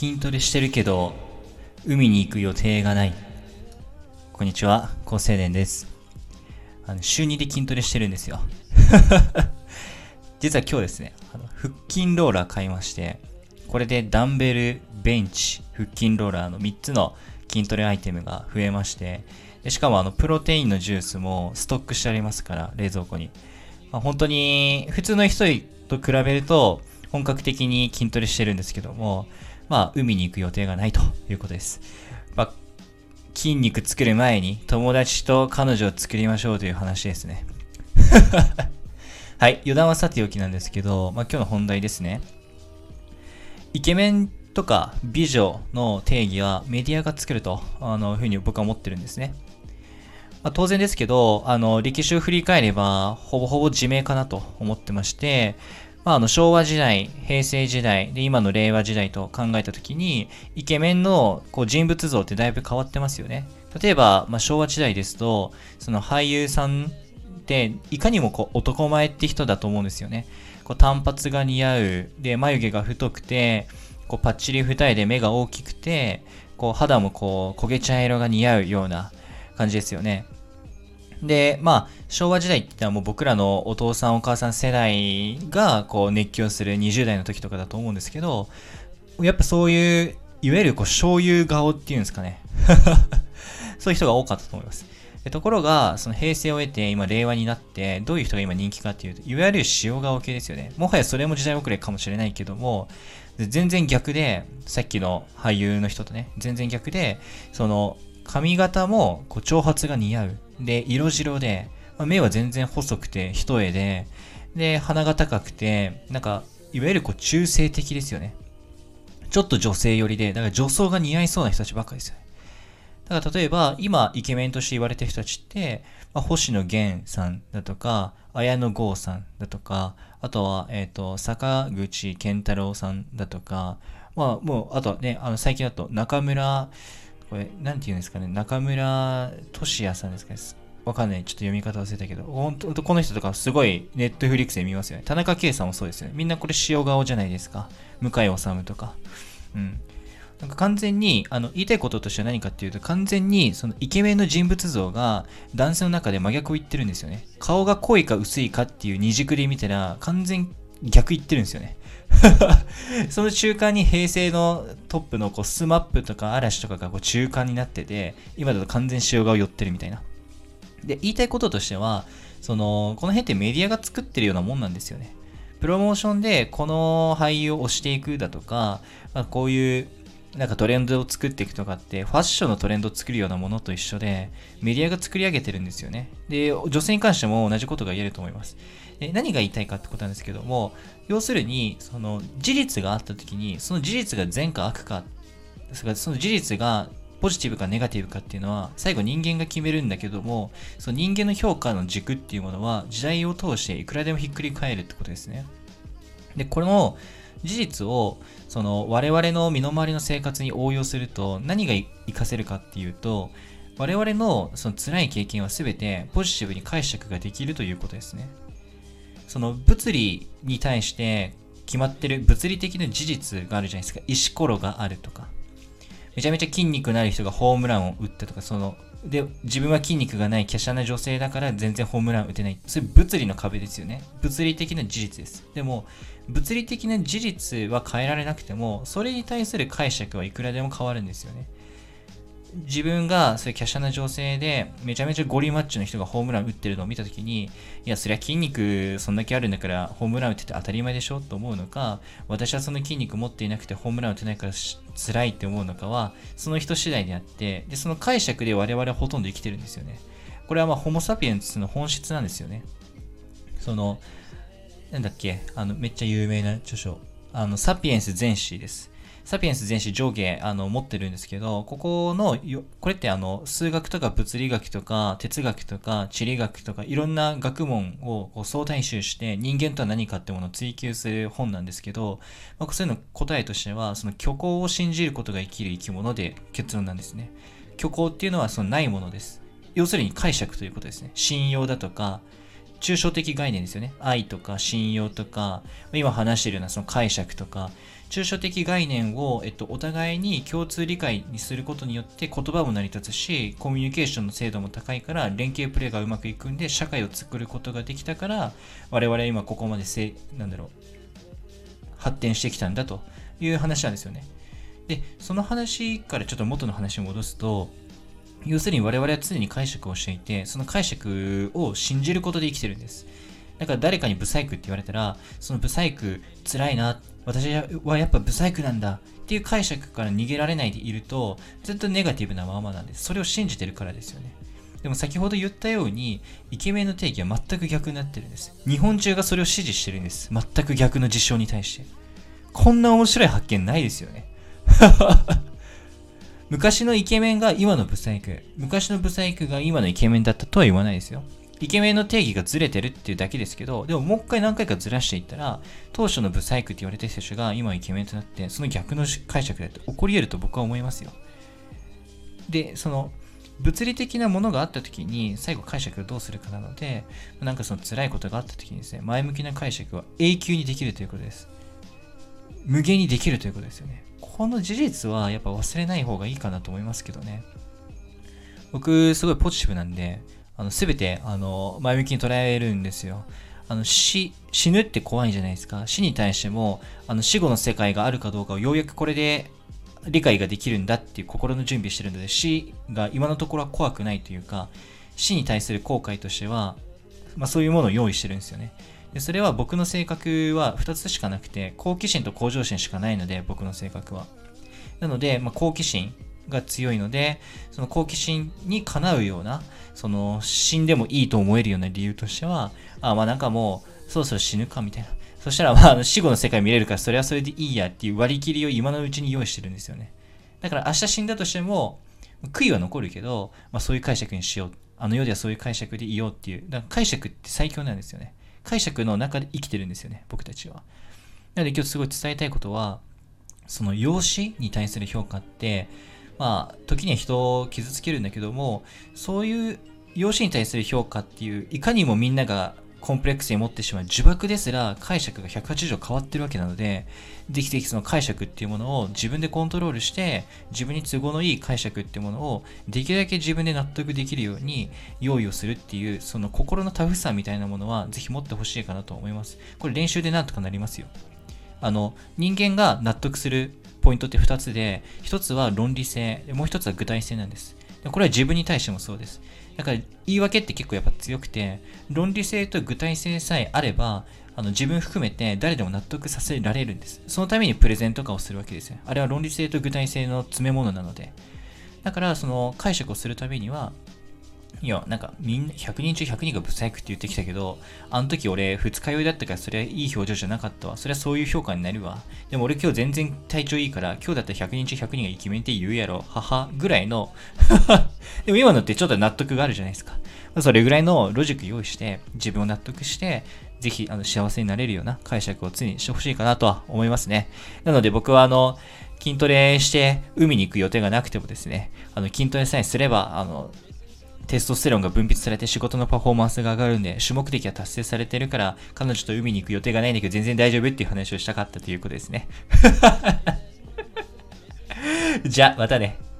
筋トレしてるけど海に行く予定がない。こんにちは、高青年です。週2で筋トレしてるんですよ。実は今日ですね、腹筋ローラー買いまして、これでダンベル、ベンチ、腹筋ローラーの3つの筋トレアイテムが増えまして、でしかもプロテインのジュースもストックしてありますから、冷蔵庫に。本当に普通の人と比べると本格的に筋トレしてるんですけども、海に行く予定がないということです。筋肉作る前に友達と彼女を作りましょうという話ですね。はい、余談はさておきなんですけど、今日の本題ですね。イケメンとか美女の定義はメディアが作るというふうに僕は思ってるんですね。当然ですけど、歴史を振り返れば、ほぼほぼ自明かなと思ってまして、昭和時代、平成時代、で、今の令和時代と考えたときに、イケメンの人物像ってだいぶ変わってますよね。例えば、昭和時代ですと、その俳優さんって、いかにも男前って人だと思うんですよね。短髪が似合う、で、眉毛が太くて、パッチリ二重で目が大きくて、肌も焦げ茶色が似合うような感じですよね。で、昭和時代って言ったらもう僕らのお父さんお母さん世代が熱狂する20代の時とかだと思うんですけど、やっぱそういう、いわゆる醤油顔っていうんですかね。そういう人が多かったと思います。ところが、その平成を経て今令和になって、どういう人が今人気かっていうと、いわゆる塩顔系ですよね。もはやそれも時代遅れかもしれないけども、全然逆で、さっきの俳優の人とね、全然逆で、その髪型も長髪が似合う。で、色白で、目は全然細くて一重で、鼻が高くて、いわゆる中性的ですよね。ちょっと女性寄りで、だから女装が似合いそうな人たちばっかりですよね。だから例えば、今イケメンとして言われてる人たちって、星野源さんだとか、綾野剛さんだとか、あとは、坂口健太郎さんだとか、もう、あとはね、最近だと中村、これ、なんて言うんですかね、中村俊也さんですかね。わかんない。ちょっと読み方忘れたけど、本当この人とかすごいネットフリックスで見ますよね。田中圭さんもそうですよね。みんなこれ塩顔じゃないですか。向井治とか。うん。完全に、言いたいこととしては何かっていうと、完全に、そのイケメンの人物像が男性の中で真逆を言ってるんですよね。顔が濃いか薄いかっていう二軸で見たら、完全逆言ってるんですよね。その中間に平成のトップのスマップとか嵐とかが中間になってて、今だと完全塩顔寄ってるみたいな。で、言いたいこととしては、この辺ってメディアが作ってるようなもんなんですよね。プロモーションでこの俳優を推していくだとか、こういうトレンドを作っていくとかって、ファッションのトレンドを作るようなものと一緒で、メディアが作り上げてるんですよね。で、女性に関しても同じことが言えると思います。で、何が言いたいかってことなんですけども、要するに、その事実があった時に、その事実が善か悪か、その事実がポジティブかネガティブかっていうのは、最後人間が決めるんだけども、その人間の評価の軸っていうものは、時代を通していくらでもひっくり返るってことですね。で、この事実を、我々の身の回りの生活に応用すると、何が活かせるかっていうと、我々のその辛い経験は全てポジティブに解釈ができるということですね。その物理に対して決まってる物理的な事実があるじゃないですか。石ころがあるとか。めちゃめちゃ筋肉のある人がホームランを打ったとか、で、自分は筋肉がない華奢な女性だから全然ホームラン打てない。それ物理の壁ですよね。物理的な事実です。でも、物理的な事実は変えられなくても、それに対する解釈はいくらでも変わるんですよね。自分がそういう華奢な女性でめちゃめちゃゴリマッチョの人がホームラン打ってるのを見たときに、いやそりゃ筋肉そんだけあるんだからホームラン打ってて当たり前でしょと思うのか、私はその筋肉持っていなくてホームラン打てないから辛いって思うのかはその人次第であって、でその解釈で我々はほとんど生きてるんですよね。これはホモサピエンスの本質なんですよね。なんだっけ、めっちゃ有名な著書、サピエンス全史です。サピエンス全史上下持ってるんですけど、これって数学とか物理学とか哲学とか地理学とかいろんな学問を総体集して人間とは何かってものを追求する本なんですけど、そういうの答えとしてはその虚構を信じることが生きる生き物で結論なんですね。虚構っていうのはそのないものです。要するに解釈ということですね。信用だとか抽象的概念ですよね。愛とか信用とか、今話しているようなその解釈とか、抽象的概念を、お互いに共通理解にすることによって言葉も成り立つし、コミュニケーションの精度も高いから、連携プレーがうまくいくんで、社会を作ることができたから、我々は今ここまで発展してきたんだという話なんですよね。で、その話からちょっと元の話を戻すと、要するに我々は常に解釈をしていて、その解釈を信じることで生きてるんです。だから誰かにブサイクって言われたら、そのブサイク辛いな、私はやっぱブサイクなんだっていう解釈から逃げられないでいると、ずっとネガティブなままなんです。それを信じてるからですよね。でも先ほど言ったように、イケメンの定義は全く逆になってるんです。日本中がそれを支持してるんです。全く逆の事象に対して。こんな面白い発見ないですよね。昔のイケメンが今のブサイク、昔のブサイクが今のイケメンだったとは言わないですよ。イケメンの定義がずれてるっていうだけですけど、でももう一回何回かずらしていったら、当初のブサイクって言われてる人が今イケメンとなって、その逆の解釈だって起こり得ると僕は思いますよ。で、その物理的なものがあった時に最後解釈をどうするかなので、なんかその辛いことがあった時にですね、前向きな解釈は永久にできるということです。無限にできるということですよね。この事実はやっぱ忘れない方がいいかなと思いますけどね。僕すごいポジティブなんで、すべて前向きに捉えるんですよ。死ぬって怖いじゃないですか。死に対しても死後の世界があるかどうかをようやくこれで理解ができるんだっていう心の準備してるので、死が今のところは怖くないというか、死に対する後悔としては、そういうものを用意してるんですよね。でそれは僕の性格は2つしかなくて、好奇心と向上心しかないので、僕の性格は。なので、好奇心が強いので、その好奇心にかなうような、その死んでもいいと思えるような理由としては、なんかもうそろそろ死ぬかみたいな。そしたら死後の世界見れるから、それはそれでいいやっていう割り切りを今のうちに用意してるんですよね。だから明日死んだとしても悔いは残るけど、そういう解釈にしよう。世ではそういう解釈でいようっていう。だから解釈って最強なんですよね。解釈の中で生きてるんですよね、僕たちは。なので今日すごい伝えたいことは、その容姿に対する評価って、時には人を傷つけるんだけども、そういう容姿に対する評価っていう、いかにもみんながコンプレックスに持ってしまう呪縛ですら解釈が180度変わってるわけなので、ぜひぜひその解釈っていうものを自分でコントロールして、自分に都合のいい解釈っていうものをできるだけ自分で納得できるように用意をするっていう、その心のタフさみたいなものはぜひ持ってほしいかなと思います。これ練習でなんとかなりますよ。人間が納得するポイントって2つで、1つは論理性、もう1つは具体性なんです。これは自分に対してもそうです。だから言い訳って結構やっぱ強くて、論理性と具体性さえあれば、自分含めて誰でも納得させられるんです。そのためにプレゼンとかをするわけですよ。あれは論理性と具体性の詰め物なので。だからその解釈をするためには、いや、なんかみんな100人中100人がブサイクって言ってきたけど、あの時俺二日酔いだったからそれはいい表情じゃなかったわ。それはそういう評価になるわ。でも俺今日全然体調いいから、今日だったら100人中100人がイケメンって言うやろ。はぐらいのでも今のってちょっと納得があるじゃないですか。それぐらいのロジック用意して、自分を納得して、ぜひ幸せになれるような解釈を常にしてほしいかなとは思いますね。なので僕は筋トレして海に行く予定がなくてもですね、筋トレさえすれば、テストステロンが分泌されて仕事のパフォーマンスが上がるんで、種目的は達成されてるから、彼女と海に行く予定がないんだけど全然大丈夫っていう話をしたかったということですね。じゃあ、またね。